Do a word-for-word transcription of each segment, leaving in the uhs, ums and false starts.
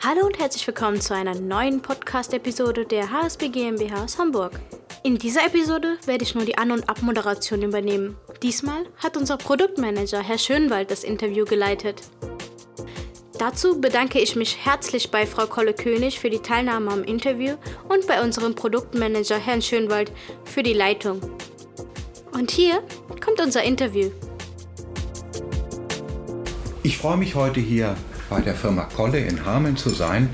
Hallo und herzlich willkommen zu einer neuen Podcast-Episode der H S P GmbH aus Hamburg. In dieser Episode werde ich nur die An- und Abmoderation übernehmen. Diesmal hat unser Produktmanager Herr Schönwald das Interview geleitet. Dazu bedanke ich mich herzlich bei Frau Kolle-König für die Teilnahme am Interview und bei unserem Produktmanager Herrn Schönwald für die Leitung. Und hier kommt unser Interview. Ich freue mich heute hier bei der Firma Kolle in Hameln zu sein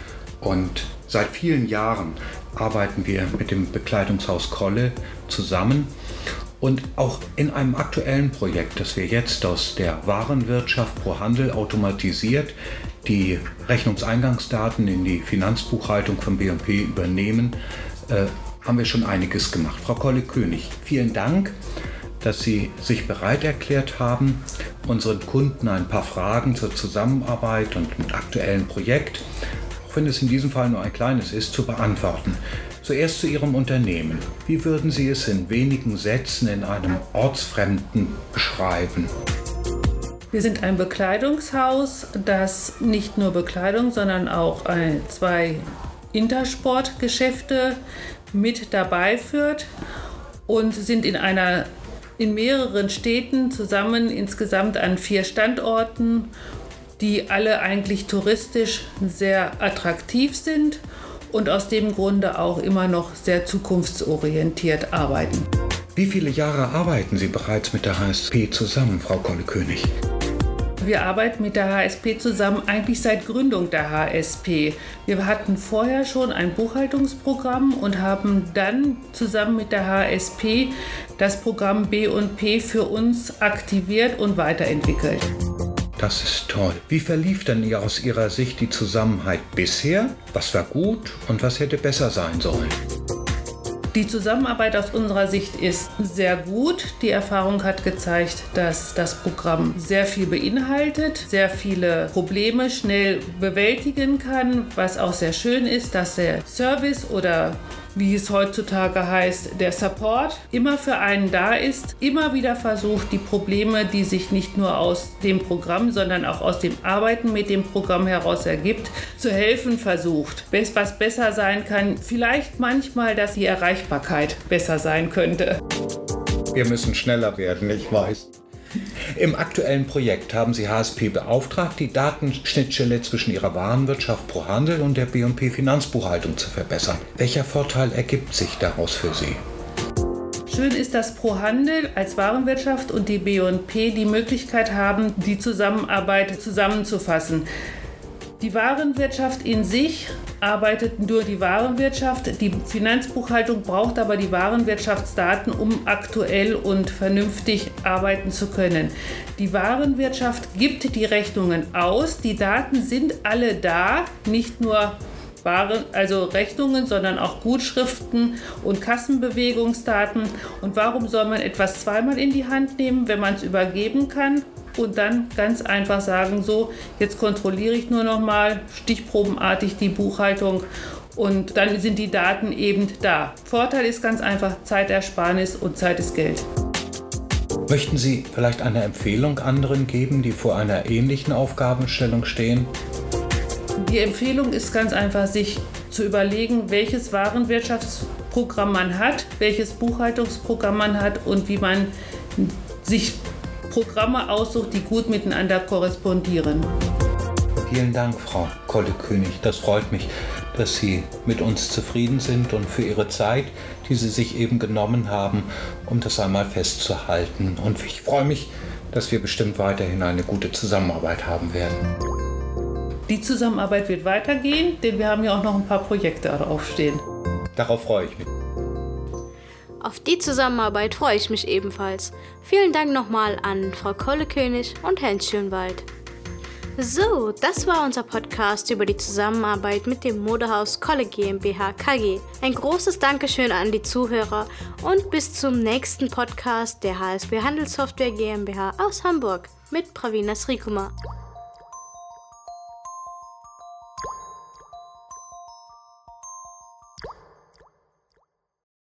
und seit vielen Jahren arbeiten wir mit dem Bekleidungshaus Kolle zusammen und auch in einem aktuellen Projekt, das wir jetzt aus der Warenwirtschaft pro Handel automatisiert die Rechnungseingangsdaten in die Finanzbuchhaltung von B und P übernehmen, äh, haben wir schon einiges gemacht. Frau Kolle-König, vielen Dank, dass Sie sich bereit erklärt haben, unseren Kunden ein paar Fragen zur Zusammenarbeit und mit aktuellen Projekt, auch wenn es in diesem Fall nur ein kleines ist, zu beantworten. Zuerst zu Ihrem Unternehmen. Wie würden Sie es in wenigen Sätzen in einem Ortsfremden beschreiben? Wir sind ein Bekleidungshaus, das nicht nur Bekleidung, sondern auch ein, zwei Intersportgeschäfte mit dabei führt und sind in einer in mehreren Städten zusammen insgesamt an vier Standorten, die alle eigentlich touristisch sehr attraktiv sind und aus dem Grunde auch immer noch sehr zukunftsorientiert arbeiten. Wie viele Jahre arbeiten Sie bereits mit der H S P zusammen, Frau Kolle-König? Wir arbeiten mit der H S P zusammen eigentlich seit Gründung der H S P. Wir hatten vorher schon ein Buchhaltungsprogramm und haben dann zusammen mit der H S P das Programm B und P für uns aktiviert und weiterentwickelt. Das ist toll. Wie verlief denn aus Ihrer Sicht die Zusammenarbeit bisher? Was war gut und was hätte besser sein sollen? Die Zusammenarbeit aus unserer Sicht ist sehr gut. Die Erfahrung hat gezeigt, dass das Programm sehr viel beinhaltet, sehr viele Probleme schnell bewältigen kann, was auch sehr schön ist, dass der Service oder wie es heutzutage heißt, der Support immer für einen da ist, immer wieder versucht, die Probleme, die sich nicht nur aus dem Programm, sondern auch aus dem Arbeiten mit dem Programm heraus ergibt, zu helfen versucht. Was besser sein kann, vielleicht manchmal, dass die Erreichbarkeit besser sein könnte. Wir müssen schneller werden, ich weiß. Im aktuellen Projekt haben Sie H S P beauftragt, die Datenschnittstelle zwischen Ihrer Warenwirtschaft pro Handel und der B und P Finanzbuchhaltung zu verbessern. Welcher Vorteil ergibt sich daraus für Sie? Schön ist, dass Pro Handel als Warenwirtschaft und die B und P die Möglichkeit haben, die Zusammenarbeit zusammenzufassen. Die Warenwirtschaft in sich arbeitet nur die Warenwirtschaft. Die Finanzbuchhaltung braucht aber die Warenwirtschaftsdaten, um aktuell und vernünftig arbeiten zu können. Die Warenwirtschaft gibt die Rechnungen aus. Die Daten sind alle da, nicht nur Waren, also Rechnungen, sondern auch Gutschriften und Kassenbewegungsdaten. Und warum soll man etwas zweimal in die Hand nehmen, wenn man es übergeben kann? Und dann ganz einfach sagen, so, jetzt kontrolliere ich nur noch mal stichprobenartig die Buchhaltung und dann sind die Daten eben da. Vorteil ist ganz einfach Zeitersparnis und Zeit ist Geld. Möchten Sie vielleicht eine Empfehlung anderen geben, die vor einer ähnlichen Aufgabenstellung stehen? Die Empfehlung ist ganz einfach, sich zu überlegen, welches Warenwirtschaftsprogramm man hat, welches Buchhaltungsprogramm man hat und wie man sich Programme aussucht, die gut miteinander korrespondieren. Vielen Dank, Frau Kolle-König. Das freut mich, dass Sie mit uns zufrieden sind und für Ihre Zeit, die Sie sich eben genommen haben, um das einmal festzuhalten. Und ich freue mich, dass wir bestimmt weiterhin eine gute Zusammenarbeit haben werden. Die Zusammenarbeit wird weitergehen, denn wir haben ja auch noch ein paar Projekte draufstehen. Darauf freue ich mich. Auf die Zusammenarbeit freue ich mich ebenfalls. Vielen Dank nochmal an Frau Kolle-König und Herrn Schönwald. So, das war unser Podcast über die Zusammenarbeit mit dem Modehaus Kolle GmbH K G. Ein großes Dankeschön an die Zuhörer und bis zum nächsten Podcast der H S P Handelssoftware GmbH aus Hamburg mit Pravina Srikumar.